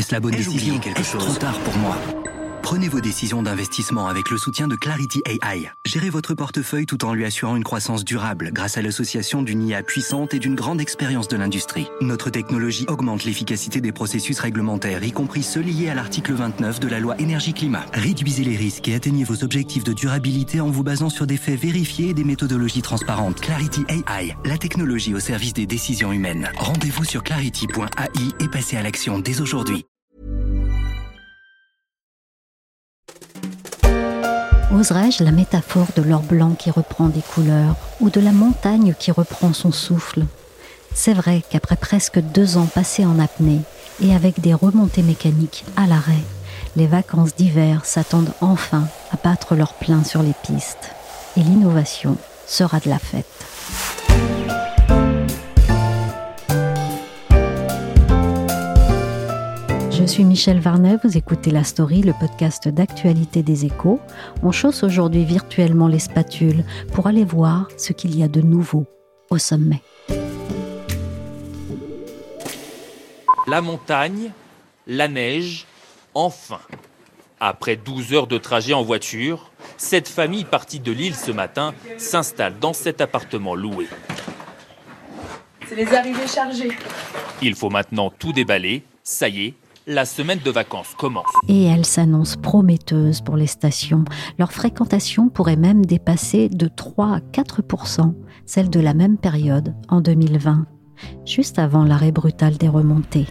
Est-ce la bonne décision? Est-ce trop tard pour moi? Prenez vos décisions d'investissement avec le soutien de Clarity AI. Gérez votre portefeuille tout en lui assurant une croissance durable grâce à l'association d'une IA puissante et d'une grande expérience de l'industrie. Notre technologie augmente l'efficacité des processus réglementaires, y compris ceux liés à l'article 29 de la loi Énergie-Climat. Réduisez les risques et atteignez vos objectifs de durabilité en vous basant sur des faits vérifiés et des méthodologies transparentes. Clarity AI, la technologie au service des décisions humaines. Rendez-vous sur clarity.ai et passez à l'action dès aujourd'hui. Oserais-je la métaphore de l'or blanc qui reprend des couleurs ou de la montagne qui reprend son souffle? C'est vrai qu'après presque 2 ans passés en apnée et avec des remontées mécaniques à l'arrêt, les vacances d'hiver s'attendent enfin à battre leur plein sur les pistes. Et l'innovation sera de la fête. Je suis Michel Varnet, vous écoutez La Story, le podcast d'actualité des Échos. On chausse aujourd'hui virtuellement les spatules pour aller voir ce qu'il y a de nouveau au sommet. La montagne, la neige, enfin. Après 12 heures de trajet en voiture, cette famille partie de Lille ce matin s'installe dans cet appartement loué. C'est les arrivées chargées. Il faut maintenant tout déballer, ça y est. La semaine de vacances commence. Et elle s'annonce prometteuse pour les stations. Leur fréquentation pourrait même dépasser de 3 à 4% celle de la même période en 2020, juste avant l'arrêt brutal des remontées.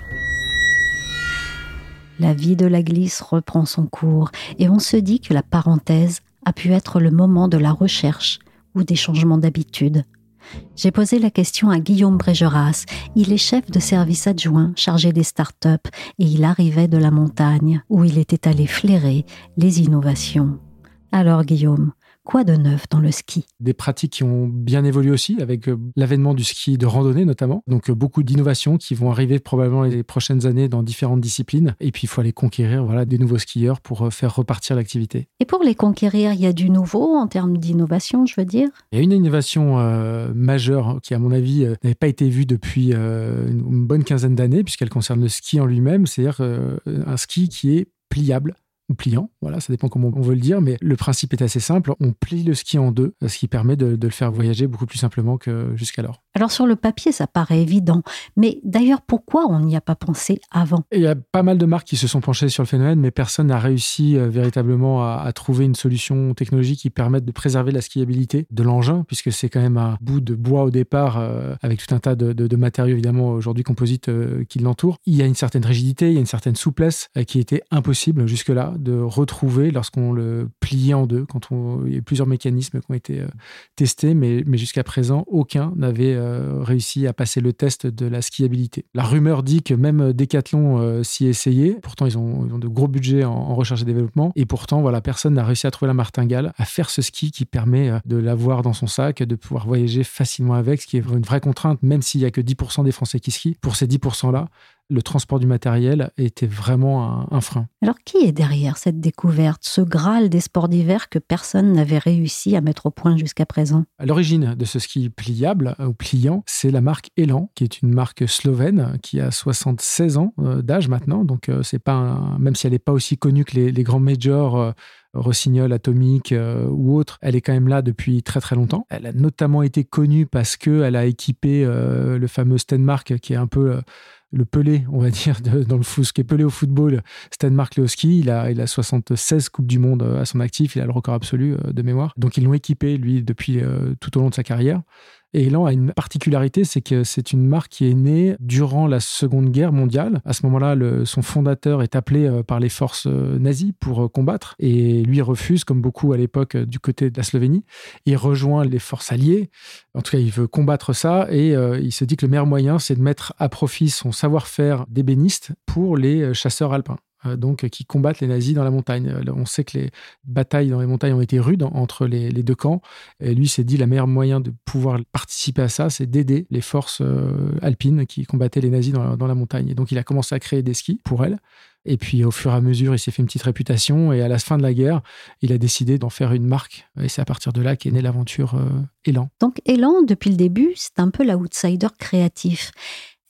La vie de la glisse reprend son cours et on se dit que la parenthèse a pu être le moment de la recherche ou des changements d'habitude. J'ai posé la question à Guillaume Brégeras. Il est chef de service adjoint chargé des startups et il arrivait de la montagne où il était allé flairer les innovations. Alors Guillaume, quoi de neuf dans le ski? Des pratiques qui ont bien évolué aussi avec l'avènement du ski de randonnée notamment. Donc beaucoup d'innovations qui vont arriver probablement les prochaines années dans différentes disciplines. Et puis il faut aller conquérir des nouveaux skieurs pour faire repartir l'activité. Et pour les conquérir, il y a du nouveau en termes d'innovation, je veux dire? Il y a une innovation majeure qui à mon avis n'avait pas été vue depuis une bonne quinzaine d'années puisqu'elle concerne le ski en lui-même. C'est-à-dire un ski qui est pliable. Ou pliant, voilà, ça dépend comment on veut le dire, mais le principe est assez simple, on plie le ski en deux, ce qui permet de le faire voyager beaucoup plus simplement que jusqu'alors. Alors sur le papier, ça paraît évident, mais d'ailleurs, pourquoi on n'y a pas pensé avant? Il y a pas mal de marques qui se sont penchées sur le phénomène, mais personne n'a réussi véritablement à trouver une solution technologique qui permette de préserver la skiabilité de l'engin, puisque c'est quand même un bout de bois au départ, avec tout un tas de matériaux évidemment aujourd'hui composites qui l'entourent. Il y a une certaine rigidité, il y a une certaine souplesse qui était impossible jusque-là de retrouver lorsqu'on le pliait en deux, il y a eu plusieurs mécanismes qui ont été testés, mais jusqu'à présent, aucun n'avait réussi à passer le test de la skiabilité. La rumeur dit que même Decathlon s'y essayait, pourtant ils ont de gros budgets en recherche et développement, et pourtant personne n'a réussi à trouver la martingale, à faire ce ski qui permet de l'avoir dans son sac, de pouvoir voyager facilement avec, ce qui est une vraie contrainte, même s'il n'y a que 10% des Français qui skient. Pour ces 10%-là, le transport du matériel était vraiment un frein. Alors, qui est derrière cette découverte, ce Graal des sports d'hiver que personne n'avait réussi à mettre au point jusqu'à présent? À l'origine de ce ski pliable ou pliant, c'est la marque Elan, qui est une marque slovène qui a 76 ans d'âge maintenant. Donc, c'est pas même si elle n'est pas aussi connue que les grands majors, Rossignol, Atomic ou autres, elle est quand même là depuis très très longtemps. Elle a notamment été connue parce qu'elle a équipé le fameux Stenmark, qui est un peu le Pelé, on va dire, dans le foot, ce qui est Pelé au football, Stenmark au ski. Il a 76 Coupes du Monde à son actif, il a le record absolu de mémoire. Donc ils l'ont équipé, lui, depuis tout au long de sa carrière. Et Elan a une particularité, c'est que c'est une marque qui est née durant la Seconde Guerre mondiale. À ce moment-là, son fondateur est appelé par les forces nazies pour combattre. Et lui refuse, comme beaucoup à l'époque du côté de la Slovénie. Il rejoint les forces alliées. En tout cas, il veut combattre ça. Et il se dit que le meilleur moyen, c'est de mettre à profit son savoir-faire d'ébéniste pour les chasseurs alpins. Donc qui combattent les nazis dans la montagne. On sait que les batailles dans les montagnes ont été rudes entre les deux camps. Et lui s'est dit le meilleur moyen de pouvoir participer à ça, c'est d'aider les forces alpines qui combattaient les nazis dans la montagne. Et donc il a commencé à créer des skis pour elles. Et puis au fur et à mesure, il s'est fait une petite réputation. Et à la fin de la guerre, il a décidé d'en faire une marque. Et c'est à partir de là qu'est née l'aventure Elan. Donc Elan, depuis le début, c'est un peu l'outsider créatif.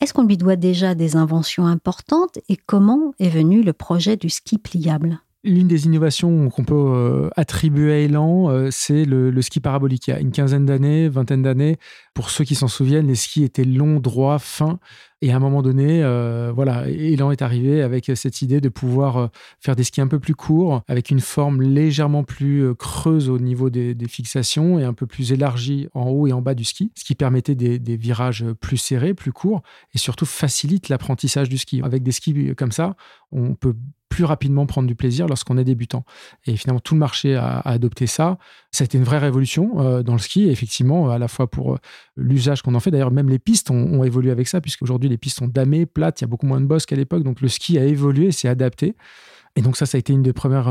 Est-ce qu'on lui doit déjà des inventions importantes et comment est venu le projet du ski pliable ? L'une des innovations qu'on peut attribuer à Élan, c'est le ski parabolique. Il y a une quinzaine d'années, vingtaine d'années, pour ceux qui s'en souviennent, les skis étaient longs, droits, fins. Et à un moment donné, Élan est arrivé avec cette idée de pouvoir faire des skis un peu plus courts, avec une forme légèrement plus creuse au niveau des fixations et un peu plus élargie en haut et en bas du ski, ce qui permettait des virages plus serrés, plus courts, et surtout facilite l'apprentissage du ski. Avec des skis comme ça, on peut plus rapidement prendre du plaisir lorsqu'on est débutant. Et finalement, tout le marché a adopté ça. Ça a été une vraie révolution dans le ski, et effectivement, à la fois pour l'usage qu'on en fait. D'ailleurs, même les pistes ont évolué avec ça, puisqu'aujourd'hui, les pistes sont damées, plates, il y a beaucoup moins de bosses qu'à l'époque, donc le ski a évolué, s'est adapté. Et donc ça a été une des premières,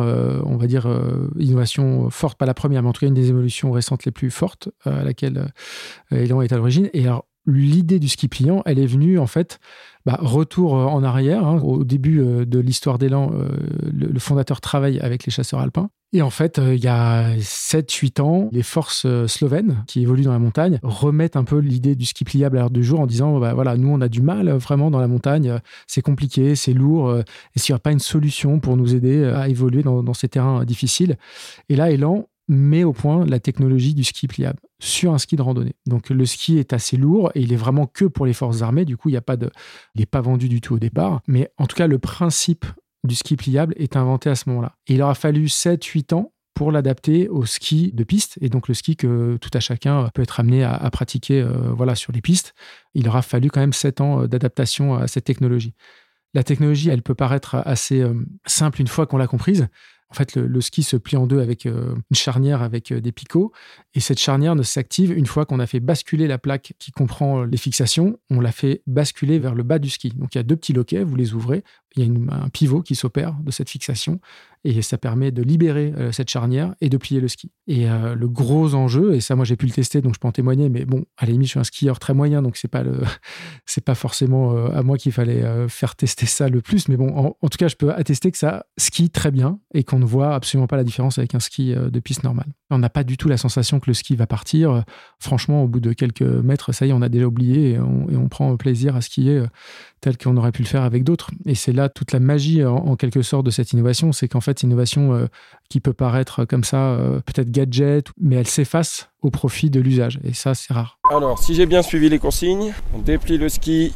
innovations fortes, pas la première, mais en tout cas une des évolutions récentes les plus fortes à laquelle Élan est à l'origine. Et alors, l'idée du ski pliant, elle est venue en fait, retour en arrière. Au début de l'histoire d'Élan, le fondateur travaille avec les chasseurs alpins. Et en fait, il y a 7-8 ans, les forces slovènes qui évoluent dans la montagne remettent un peu l'idée du ski pliable à l'heure du jour en disant nous on a du mal vraiment dans la montagne, c'est compliqué, c'est lourd, est-ce qu'il n'y a pas une solution pour nous aider à évoluer dans ces terrains difficiles? Et là, Élan met au point la technologie du ski pliable sur un ski de randonnée. Donc le ski est assez lourd et il est vraiment que pour les forces armées. Du coup, il n'est pas vendu du tout au départ. Mais en tout cas, le principe du ski pliable est inventé à ce moment-là. Et il aura fallu 7-8 ans pour l'adapter au ski de piste, et donc le ski que tout à chacun peut être amené à pratiquer sur les pistes. Il aura fallu quand même 7 ans d'adaptation à cette technologie. La technologie, elle peut paraître assez simple une fois qu'on l'a comprise. En fait, le ski se plie en deux avec une charnière avec des picots, et cette charnière ne s'active une fois qu'on a fait basculer la plaque qui comprend les fixations. On la fait basculer vers le bas du ski. Donc, il y a 2 petits loquets, vous les ouvrez, il y a un pivot qui s'opère de cette fixation, et ça permet de libérer cette charnière et de plier le ski. Et le gros enjeu, et ça, moi, j'ai pu le tester, donc je peux en témoigner, mais bon, à la limite, je suis un skieur très moyen, donc c'est pas forcément à moi qu'il fallait faire tester ça le plus, mais bon, en tout cas, je peux attester que ça skie très bien et qu'on ne voit absolument pas la différence avec un ski de piste normale. On n'a pas du tout la sensation que le ski va partir. Franchement, au bout de quelques mètres, ça y est, on a déjà oublié, et on prend plaisir à skier tel qu'on aurait pu le faire avec d'autres. Et c'est là toute la magie, en quelque sorte, de cette innovation. C'est qu'en fait, innovation qui peut paraître comme ça, peut-être gadget, mais elle s'efface au profit de l'usage. Et ça, c'est rare. Alors, si j'ai bien suivi les consignes, on déplie le ski,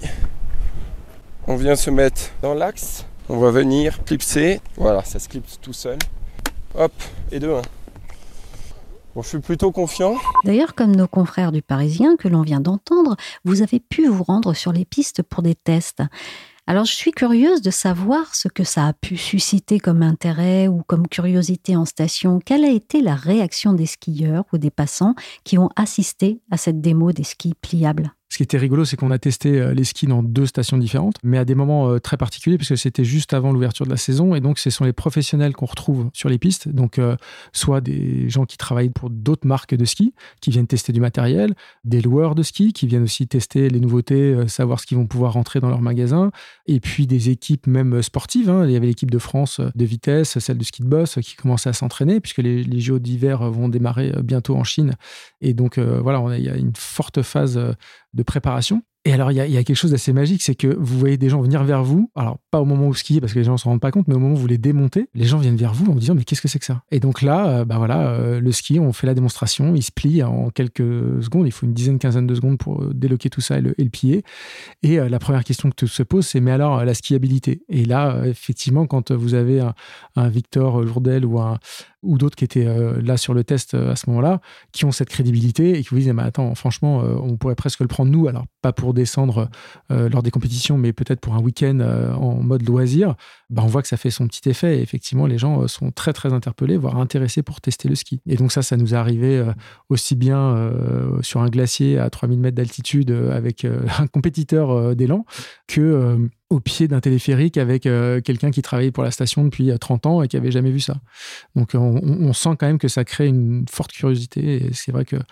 on vient se mettre dans l'axe, on va venir clipser. Voilà, ça se clipse tout seul. Hop, et 2-1. Bon, je suis plutôt confiant. D'ailleurs, comme nos confrères du Parisien que l'on vient d'entendre, vous avez pu vous rendre sur les pistes pour des tests. Alors, je suis curieuse de savoir ce que ça a pu susciter comme intérêt ou comme curiosité en station. Quelle a été la réaction des skieurs ou des passants qui ont assisté à cette démo des skis pliables ? Ce qui était rigolo, c'est qu'on a testé les skis dans 2 stations différentes, mais à des moments très particuliers, puisque c'était juste avant l'ouverture de la saison, et donc ce sont les professionnels qu'on retrouve sur les pistes, donc soit des gens qui travaillent pour d'autres marques de ski, qui viennent tester du matériel, des loueurs de ski, qui viennent aussi tester les nouveautés, savoir ce qu'ils vont pouvoir rentrer dans leur magasin, et puis des équipes même sportives. Il y avait l'équipe de France de vitesse, celle du ski de boss, qui commençait à s'entraîner, puisque les JO d'hiver vont démarrer bientôt en Chine, et donc il y a une forte phase de préparation. Et alors, il y a quelque chose d'assez magique, c'est que vous voyez des gens venir vers vous, alors pas au moment où vous skiez, parce que les gens ne se rendent pas compte, mais au moment où vous les démontez, les gens viennent vers vous en vous disant « mais qu'est-ce que c'est que ça ?» Et donc là, le ski, on fait la démonstration, il se plie en quelques secondes, il faut une quinzaine de secondes pour déloquer tout ça et le plier. Et la première question que tout se pose, c'est « mais alors, la skiabilité ?» Et là, effectivement, quand vous avez un Victor Lourdel ou d'autres qui étaient là sur le test à ce moment-là, qui ont cette crédibilité et qui vous disent « mais attends, franchement, on pourrait presque le prendre nous, alors pas pour descendre lors des compétitions, mais peut-être pour un week-end en mode loisir », on voit que ça fait son petit effet. Et effectivement, les gens sont très, très interpellés, voire intéressés pour tester le ski. Et donc ça nous est arrivé aussi bien sur un glacier à 3000 mètres d'altitude avec un compétiteur d'Élan que au pied d'un téléphérique avec quelqu'un qui travaillait pour la station depuis 30 ans et qui n'avait jamais vu ça. Donc on sent quand même que ça crée une forte curiosité. Et c'est vrai que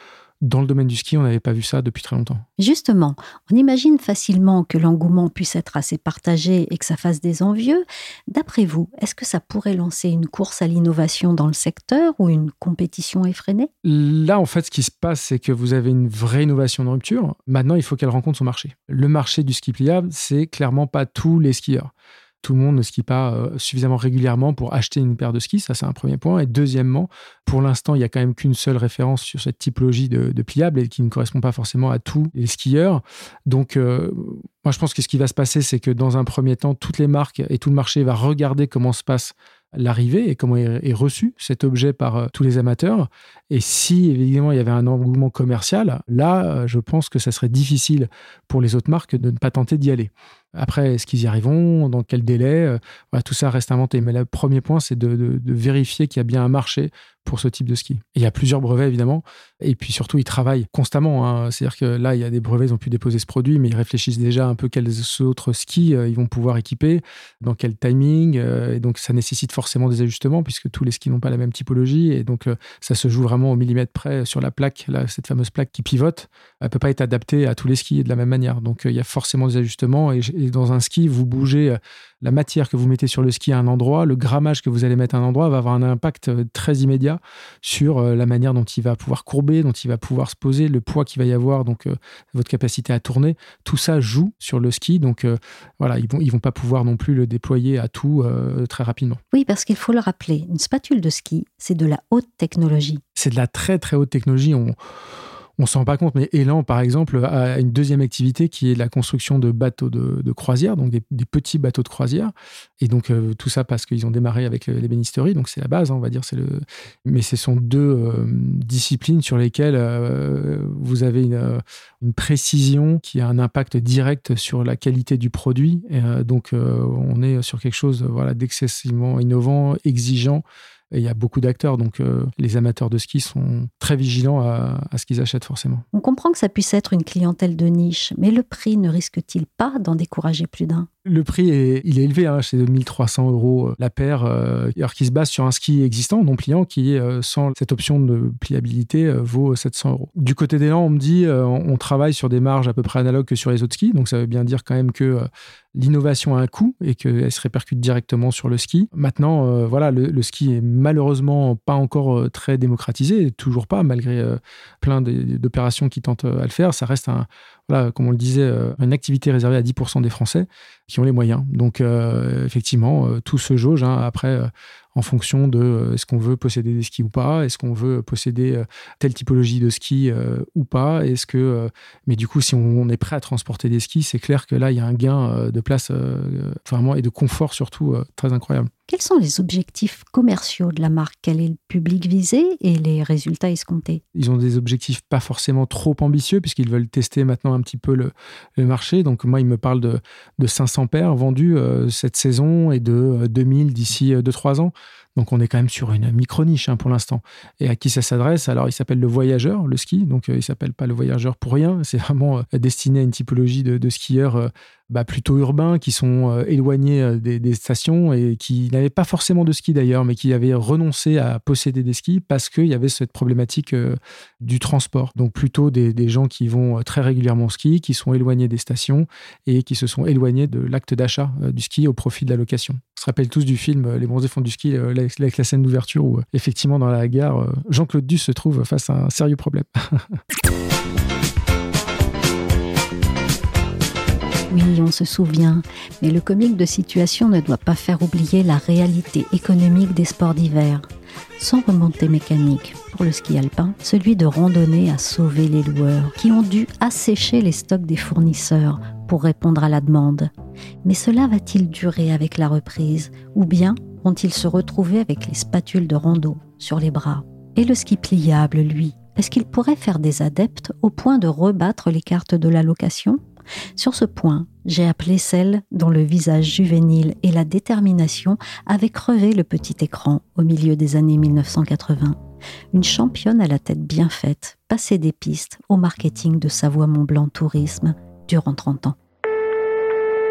Dans le domaine du ski, on n'avait pas vu ça depuis très longtemps. Justement, on imagine facilement que l'engouement puisse être assez partagé et que ça fasse des envieux. D'après vous, est-ce que ça pourrait lancer une course à l'innovation dans le secteur ou une compétition effrénée ? Là, en fait, ce qui se passe, c'est que vous avez une vraie innovation de rupture. Maintenant, il faut qu'elle rencontre son marché. Le marché du ski pliable, c'est clairement pas tous les skieurs. Tout le monde ne skie pas suffisamment régulièrement pour acheter une paire de skis, ça c'est un premier point. Et deuxièmement, pour l'instant, il n'y a quand même qu'une seule référence sur cette typologie de pliable et qui ne correspond pas forcément à tous les skieurs. Donc, moi je pense que ce qui va se passer, c'est que dans un premier temps, toutes les marques et tout le marché va regarder comment se passe l'arrivée et comment est reçu cet objet par tous les amateurs. Et si, évidemment, il y avait un engouement commercial, là, je pense que ça serait difficile pour les autres marques de ne pas tenter d'y aller. Après, est-ce qu'ils y arriveront ? Dans quel délai ? Voilà, tout ça reste inventé. Mais le premier point, c'est de vérifier qu'il y a bien un marché pour ce type de ski. Et il y a plusieurs brevets, évidemment. Et puis surtout, ils travaillent constamment. Hein. C'est-à-dire que là, il y a des brevets, ils ont pu déposer ce produit, mais ils réfléchissent déjà un peu quels autres skis ils vont pouvoir équiper, dans quel timing. Et donc, ça nécessite forcément des ajustements, puisque tous les skis n'ont pas la même typologie. Et donc, ça se joue vraiment au millimètre près sur la plaque. Là, cette fameuse plaque qui pivote, elle ne peut pas être adaptée à tous les skis de la même manière. Donc, il y a forcément des ajustements. Et dans un ski, vous bougez la matière que vous mettez sur le ski à un endroit, le grammage que vous allez mettre à un endroit va avoir un impact très immédiat sur la manière dont il va pouvoir courber, dont il va pouvoir se poser, le poids qu'il va y avoir, donc votre capacité à tourner. Tout ça joue sur le ski. Donc, voilà, ils vont pas pouvoir non plus le déployer à tout très rapidement. Oui, parce qu'il faut le rappeler, une spatule de ski, c'est de la haute technologie. C'est de la très, très haute technologie. On ne s'en rend pas compte, mais Elan, par exemple, a une deuxième activité qui est la construction de bateaux de croisière, donc des petits bateaux de croisière. Et donc, tout ça parce qu'ils ont démarré avec l'ébénisterie, donc c'est la base, hein, on va dire. Mais ce sont deux disciplines sur lesquelles vous avez une précision qui a un impact direct sur la qualité du produit. Et, donc, on est sur quelque chose d'excessivement innovant, exigeant. Et il y a beaucoup d'acteurs, donc les amateurs de ski sont très vigilants à ce qu'ils achètent forcément. On comprend que ça puisse être une clientèle de niche, mais le prix ne risque-t-il pas d'en décourager plus d'un ? Le prix il est élevé, hein, c'est 1 300 € la paire, alors qui se base sur un ski existant, non pliant, qui, sans cette option de pliabilité, vaut 700 €. Du côté d'Elan, on me dit on travaille sur des marges à peu près analogues que sur les autres skis, donc ça veut bien dire quand même que l'innovation a un coût et qu'elle se répercute directement sur le ski. Maintenant, le ski est malheureusement pas encore très démocratisé, toujours pas, malgré plein d'opérations qui tentent à le faire. Ça reste comme on le disait, une activité réservée à 10% des Français qui ont les moyens. Donc, effectivement, tout se jauge après en fonction de est-ce qu'on veut posséder des skis ou pas, est-ce qu'on veut posséder telle typologie de ski ou pas, mais du coup, si on est prêt à transporter des skis, c'est clair que là, il y a un gain de place vraiment et de confort surtout très incroyable. Quels sont les objectifs commerciaux de la marque ? Quel est le public visé et les résultats escomptés ? Ils ont des objectifs pas forcément trop ambitieux puisqu'ils veulent tester maintenant un petit peu le marché. Donc moi, ils me parlent de 500 paires vendues cette saison et de 2000 d'ici 2-3 ans. Donc, on est quand même sur une micro-niche pour l'instant. Et à qui ça s'adresse ? Alors, il s'appelle le voyageur, le ski. Donc, il ne s'appelle pas le voyageur pour rien. C'est vraiment destiné à une typologie de skieurs plutôt urbains qui sont éloignés des stations et qui n'avaient pas forcément de ski d'ailleurs, mais qui avaient renoncé à posséder des skis parce qu'il y avait cette problématique du transport. Donc, plutôt des gens qui vont très régulièrement au ski, qui sont éloignés des stations et qui se sont éloignés de l'acte d'achat du ski au profit de la location. On se rappelle tous du film Les bronzés font du ski, avec la scène d'ouverture où, effectivement, dans la gare, Jean-Claude Duss se trouve face à un sérieux problème. Oui, on se souvient, mais le comique de situation ne doit pas faire oublier la réalité économique des sports d'hiver. Sans remontée mécanique, pour le ski alpin, celui de randonnée a sauvé les loueurs qui ont dû assécher les stocks des fournisseurs pour répondre à la demande. Mais cela va-t-il durer avec la reprise ou bien vont-ils se retrouver avec les spatules de rando sur les bras ? Et le ski pliable, lui, est-ce qu'il pourrait faire des adeptes au point de rebattre les cartes de la location ? Sur ce point, j'ai appelé celle dont le visage juvénile et la détermination avaient crevé le petit écran au milieu des années 1980. Une championne à la tête bien faite, passée des pistes au marketing de Savoie Mont Blanc Tourisme durant 30 ans.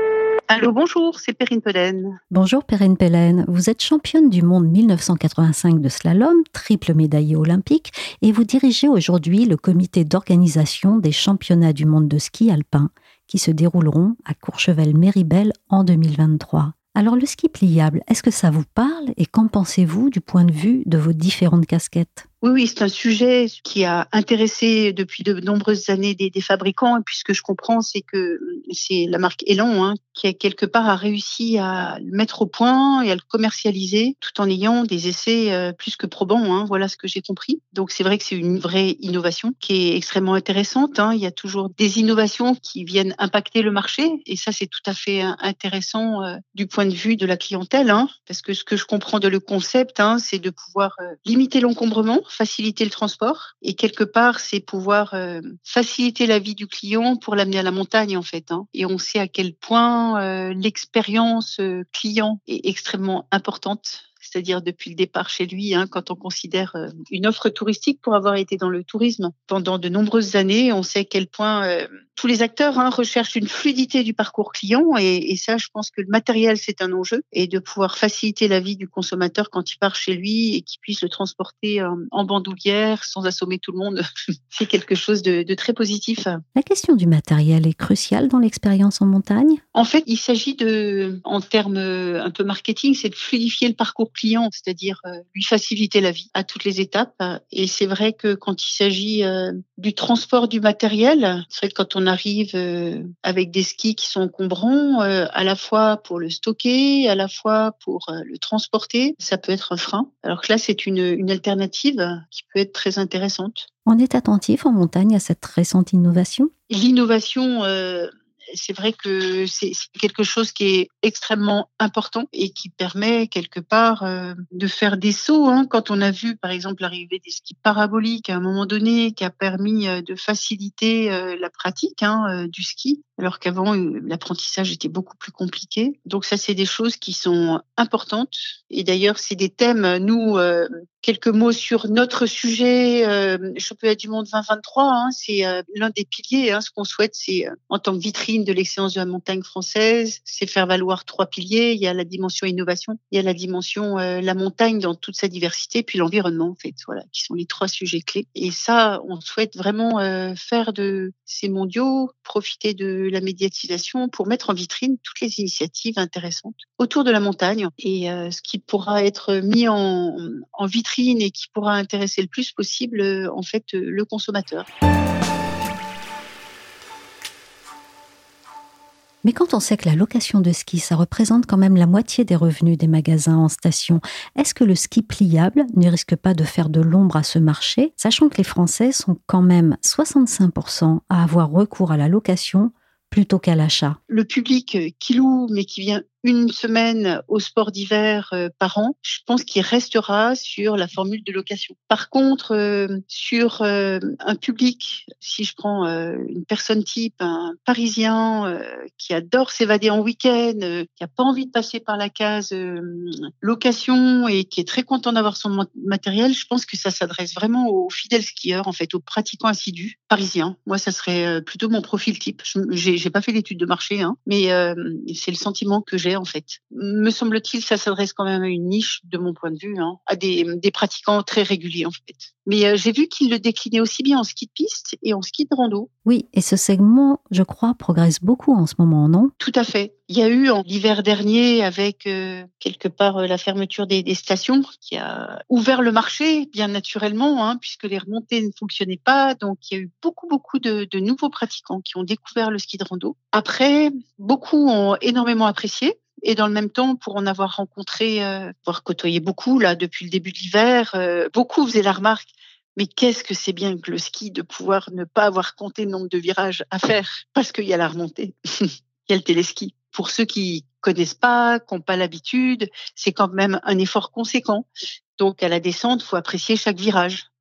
Allô, bonjour, c'est Perrine Pelen. Bonjour Perrine Pelen, vous êtes championne du monde 1985 de slalom, triple médaillée olympique, et vous dirigez aujourd'hui le comité d'organisation des championnats du monde de ski alpin qui se dérouleront à Courchevel-Méribel en 2023. Alors le ski pliable, est-ce que ça vous parle et qu'en pensez-vous du point de vue de vos différentes casquettes ? Oui, c'est un sujet qui a intéressé depuis de nombreuses années des fabricants. Et puis ce que je comprends, c'est que c'est la marque Elan qui a quelque part a réussi à le mettre au point et à le commercialiser tout en ayant des essais plus que probants. Voilà ce que j'ai compris. Donc c'est vrai que c'est une vraie innovation qui est extrêmement intéressante. Il y a toujours des innovations qui viennent impacter le marché et ça c'est tout à fait intéressant du point de vue de la clientèle. Parce que ce que je comprends de le concept, c'est de pouvoir limiter l'encombrement, faciliter le transport et quelque part c'est pouvoir faciliter la vie du client pour l'amener à la montagne en fait. Et on sait à quel point l'expérience client est extrêmement importante. C'est-à-dire depuis le départ chez lui, quand on considère une offre touristique pour avoir été dans le tourisme pendant de nombreuses années, on sait à quel point tous les acteurs recherchent une fluidité du parcours client et ça, je pense que le matériel, c'est un enjeu et de pouvoir faciliter la vie du consommateur quand il part chez lui et qu'il puisse le transporter en bandoulière sans assommer tout le monde, c'est quelque chose de très positif. La question du matériel est cruciale dans l'expérience en montagne ? En fait, il s'agit en termes un peu marketing, c'est de fluidifier le parcours client, c'est-à-dire lui faciliter la vie à toutes les étapes. Et c'est vrai que quand il s'agit du transport du matériel, c'est vrai que quand on arrive avec des skis qui sont encombrants, à la fois pour le stocker, à la fois pour le transporter, ça peut être un frein. Alors que là, c'est une alternative qui peut être très intéressante. On est attentif en montagne à cette récente innovation ? L'innovation, c'est vrai que c'est quelque chose qui est extrêmement important et qui permet quelque part de faire des sauts. Quand on a vu par exemple l'arrivée des skis paraboliques à un moment donné qui a permis de faciliter la pratique du ski, alors qu'avant l'apprentissage était beaucoup plus compliqué. Donc ça c'est des choses qui sont importantes et d'ailleurs c'est des thèmes, nous, quelques mots sur notre sujet, championnat du monde 2023, c'est l'un des piliers. Ce qu'on souhaite, c'est en tant que vitrine de l'excellence de la montagne française, c'est faire valoir 3 piliers. Il y a la dimension innovation, il y a la dimension la montagne dans toute sa diversité, puis l'environnement en fait, voilà, qui sont les 3 sujets clés. Et ça, on souhaite vraiment faire de ces mondiaux, profiter de la médiatisation pour mettre en vitrine toutes les initiatives intéressantes autour de la montagne et ce qui pourra être mis en vitrine et qui pourra intéresser le plus possible en fait le consommateur. Mais quand on sait que la location de ski, ça représente quand même la moitié des revenus des magasins en station, est-ce que le ski pliable ne risque pas de faire de l'ombre à ce marché, sachant que les Français sont quand même 65% à avoir recours à la location plutôt qu'à l'achat ? Le public qui loue, mais qui vient une semaine au sport d'hiver par an, je pense qu'il restera sur la formule de location. Par contre, sur un public, si je prends une personne type, un Parisien qui adore s'évader en week-end, qui n'a pas envie de passer par la case location et qui est très content d'avoir son matériel, je pense que ça s'adresse vraiment aux fidèles skieurs, en fait, aux pratiquants assidus parisiens. Moi, ça serait plutôt mon profil type. J'ai pas fait d'études de marché, mais c'est le sentiment que j'ai en fait. Me semble-t-il, ça s'adresse quand même à une niche, de mon point de vue, à des pratiquants très réguliers en fait. Mais j'ai vu qu'il le déclinait aussi bien en ski de piste et en ski de rando. Oui, et ce segment, je crois, progresse beaucoup en ce moment, non ? Tout à fait. Il y a eu l'hiver dernier, avec quelque part la fermeture des stations, qui a ouvert le marché, bien naturellement, puisque les remontées ne fonctionnaient pas. Donc, il y a eu beaucoup de nouveaux pratiquants qui ont découvert le ski de rando. Après, beaucoup ont énormément apprécié. Et dans le même temps, pour en avoir rencontré, voire côtoyé beaucoup là depuis le début de l'hiver, beaucoup faisaient la remarque. Mais qu'est-ce que c'est bien que le ski de pouvoir ne pas avoir compté le nombre de virages à faire parce qu'il y a la remontée, il y a le téléski. Pour ceux qui connaissent pas, qui n'ont pas l'habitude, c'est quand même un effort conséquent. Donc à la descente, il faut apprécier chaque virage.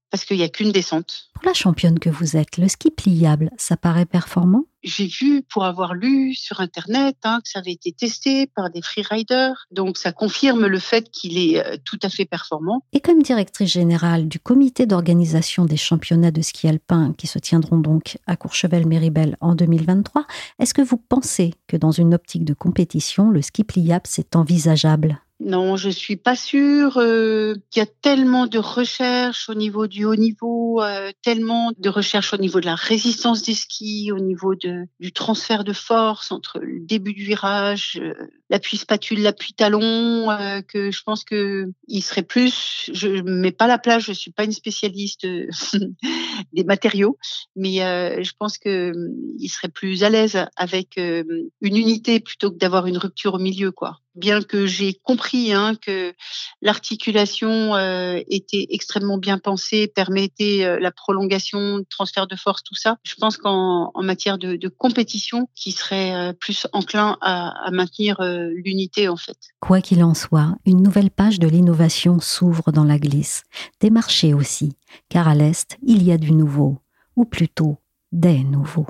parce qu'il n'y a qu'une descente. Pour la championne que vous êtes, le ski pliable, ça paraît performant ? J'ai vu, pour avoir lu sur Internet, que ça avait été testé par des freeriders. Donc, ça confirme le fait qu'il est tout à fait performant. Et comme directrice générale du comité d'organisation des championnats de ski alpin qui se tiendront donc à Courchevel-Méribel en 2023, est-ce que vous pensez que dans une optique de compétition, le ski pliable, c'est envisageable ? Non, je suis pas sûre qu'il y a tellement de recherches au niveau du haut niveau, tellement de recherches au niveau de la résistance des skis, au niveau du transfert de force entre le début du virage, l'appui spatule, l'appui talon, que je pense que il serait plus. Je mets pas la place, je suis pas une spécialiste des matériaux, mais je pense que il serait plus à l'aise avec une unité plutôt que d'avoir une rupture au milieu, quoi. Bien que j'ai compris que l'articulation était extrêmement bien pensée, permettait la prolongation, le transfert de force, tout ça. Je pense qu'en matière de compétition, qui serait plus enclin à maintenir l'unité en fait. Quoi qu'il en soit, une nouvelle page de l'innovation s'ouvre dans la glisse. Des marchés aussi, car à l'Est, il y a du nouveau, ou plutôt des nouveaux.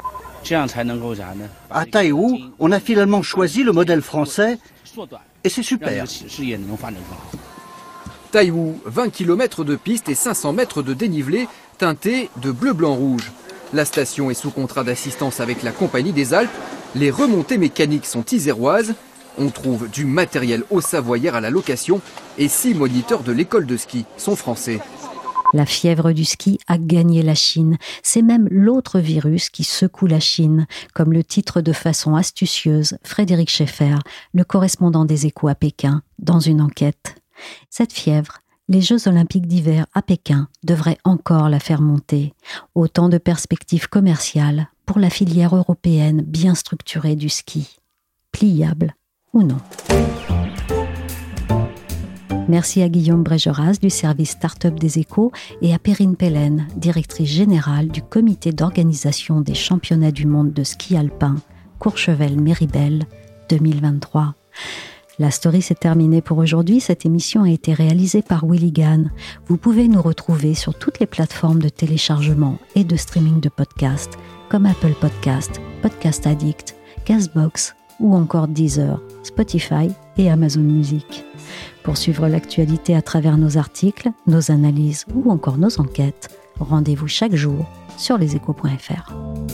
À Taïwu, on a finalement choisi le modèle français et c'est super. Taïwu, 20 km de piste et 500 mètres de dénivelé teinté de bleu-blanc-rouge. La station est sous contrat d'assistance avec la Compagnie des Alpes. Les remontées mécaniques sont iséroises. On trouve du matériel haut-savoyard à la location et 6 moniteurs de l'école de ski sont français. La fièvre du ski a gagné la Chine. C'est même l'autre virus qui secoue la Chine, comme le titre de façon astucieuse Frédéric Schaeffer, le correspondant des Échos à Pékin, dans une enquête. Cette fièvre, les Jeux Olympiques d'hiver à Pékin devraient encore la faire monter. Autant de perspectives commerciales pour la filière européenne bien structurée du ski. Pliable ou non. Merci à Guillaume Brégeras du service Start-up des Échos et à Perrine Pellen, directrice générale du comité d'organisation des championnats du monde de ski alpin Courchevel-Méribel 2023. La story s'est terminée pour aujourd'hui. Cette émission a été réalisée par Willy Gann. Vous pouvez nous retrouver sur toutes les plateformes de téléchargement et de streaming de podcasts comme Apple Podcasts, Podcast Addict, Castbox ou encore Deezer, Spotify et Amazon Music. Pour suivre l'actualité à travers nos articles, nos analyses ou encore nos enquêtes, rendez-vous chaque jour sur leséchos.fr.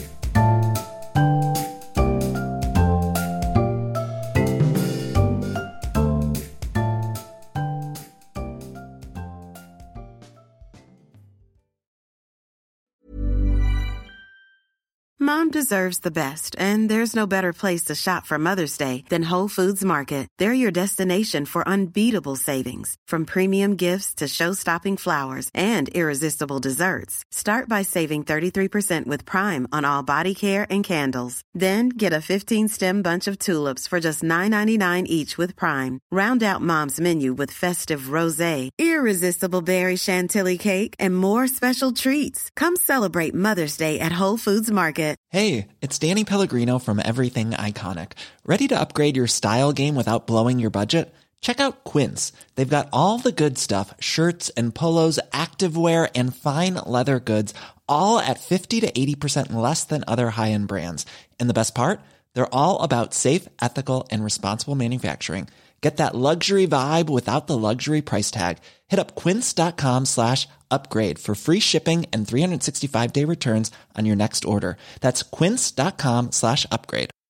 Mom deserves the best, and there's no better place to shop for Mother's Day than Whole Foods Market. They're your destination for unbeatable savings, from premium gifts to show-stopping flowers and irresistible desserts. Start by saving 33% with Prime on all body care and candles. Then get a 15-stem bunch of tulips for just $9.99 each with Prime. Round out Mom's menu with festive rosé, irresistible berry chantilly cake, and more special treats. Come celebrate Mother's Day at Whole Foods Market. Hey, it's Danny Pellegrino from Everything Iconic. Ready to upgrade your style game without blowing your budget? Check out Quince. They've got all the good stuff, shirts and polos, activewear, and fine leather goods, all at 50 to 80% less than other high-end brands. And the best part? They're all about safe, ethical, and responsible manufacturing. Get that luxury vibe without the luxury price tag. Hit up quince.com/upgrade for free shipping and 365-day returns on your next order. That's quince.com/upgrade.